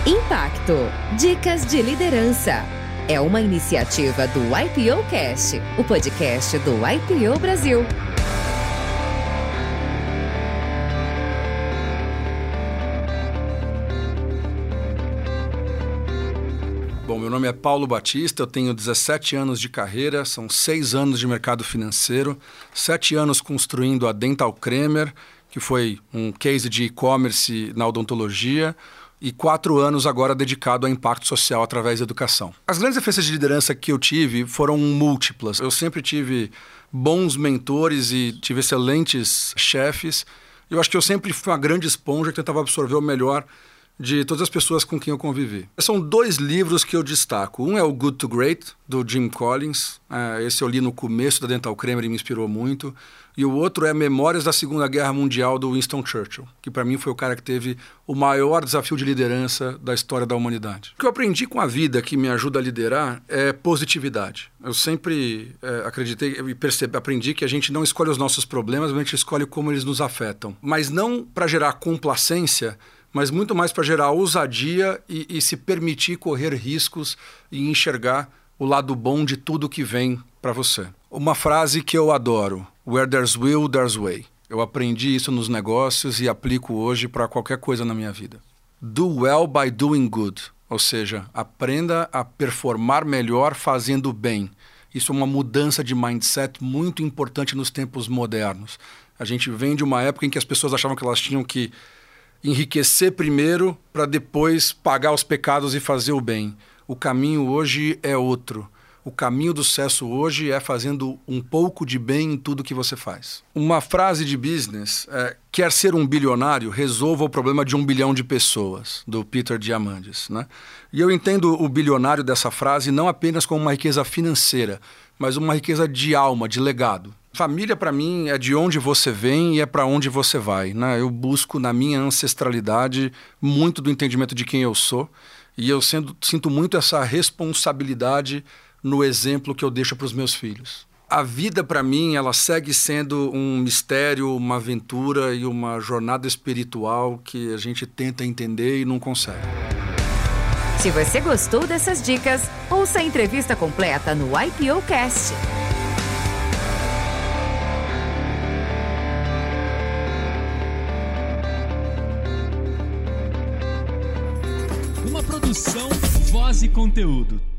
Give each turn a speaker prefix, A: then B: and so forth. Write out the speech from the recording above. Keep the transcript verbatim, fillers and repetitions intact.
A: Impacto. Dicas de liderança. É uma iniciativa do IPOcast, o podcast do I P O Brasil.
B: Bom, meu nome é Paulo Batista, eu tenho dezessete anos de carreira, são seis anos de mercado financeiro, sete anos construindo a Dental Cremer, que foi um case de e-commerce na odontologia, e quatro anos agora dedicado a impacto social através da educação. As grandes referências de liderança que eu tive foram múltiplas. Eu sempre tive bons mentores e tive excelentes chefes. Eu acho que eu sempre fui uma grande esponja que tentava absorver o melhor de todas as pessoas com quem eu convivi. São dois livros que eu destaco. Um é o Good to Great, do Jim Collins. É, esse eu li no começo da Dental Cremer e me inspirou muito. E o outro é Memórias da Segunda Guerra Mundial, do Winston Churchill, que para mim foi o cara que teve o maior desafio de liderança da história da humanidade. O que eu aprendi com a vida que me ajuda a liderar é positividade. Eu sempre é, acreditei e percebi, aprendi que a gente não escolhe os nossos problemas, mas a gente escolhe como eles nos afetam. Mas não para gerar complacência, mas muito mais para gerar ousadia e, e se permitir correr riscos e enxergar o lado bom de tudo que vem para você. Uma frase que eu adoro: Where there's will, there's way. Eu aprendi isso nos negócios e aplico hoje para qualquer coisa na minha vida. Do well by doing good. Ou seja, aprenda a performar melhor fazendo bem. Isso é uma mudança de mindset muito importante nos tempos modernos. A gente vem de uma época em que as pessoas achavam que elas tinham que enriquecer primeiro para depois pagar os pecados e fazer o bem. O caminho hoje é outro. O caminho do sucesso hoje é fazendo um pouco de bem em tudo que você faz. Uma frase de business é: quer ser um bilionário, resolva o problema de um bilhão de pessoas, do Peter Diamandis, né? E eu entendo o bilionário dessa frase não apenas como uma riqueza financeira, mas uma riqueza de alma, de legado. Família, para mim, é de onde você vem e é para onde você vai, né? Eu busco na minha ancestralidade muito do entendimento de quem eu sou e eu sendo, sinto muito essa responsabilidade no exemplo que eu deixo para os meus filhos. A vida, para mim, ela segue sendo um mistério, uma aventura e uma jornada espiritual que a gente tenta entender e não consegue.
A: Se você gostou dessas dicas, ouça a entrevista completa no IPOcast.
C: Uma produção, voz e conteúdo.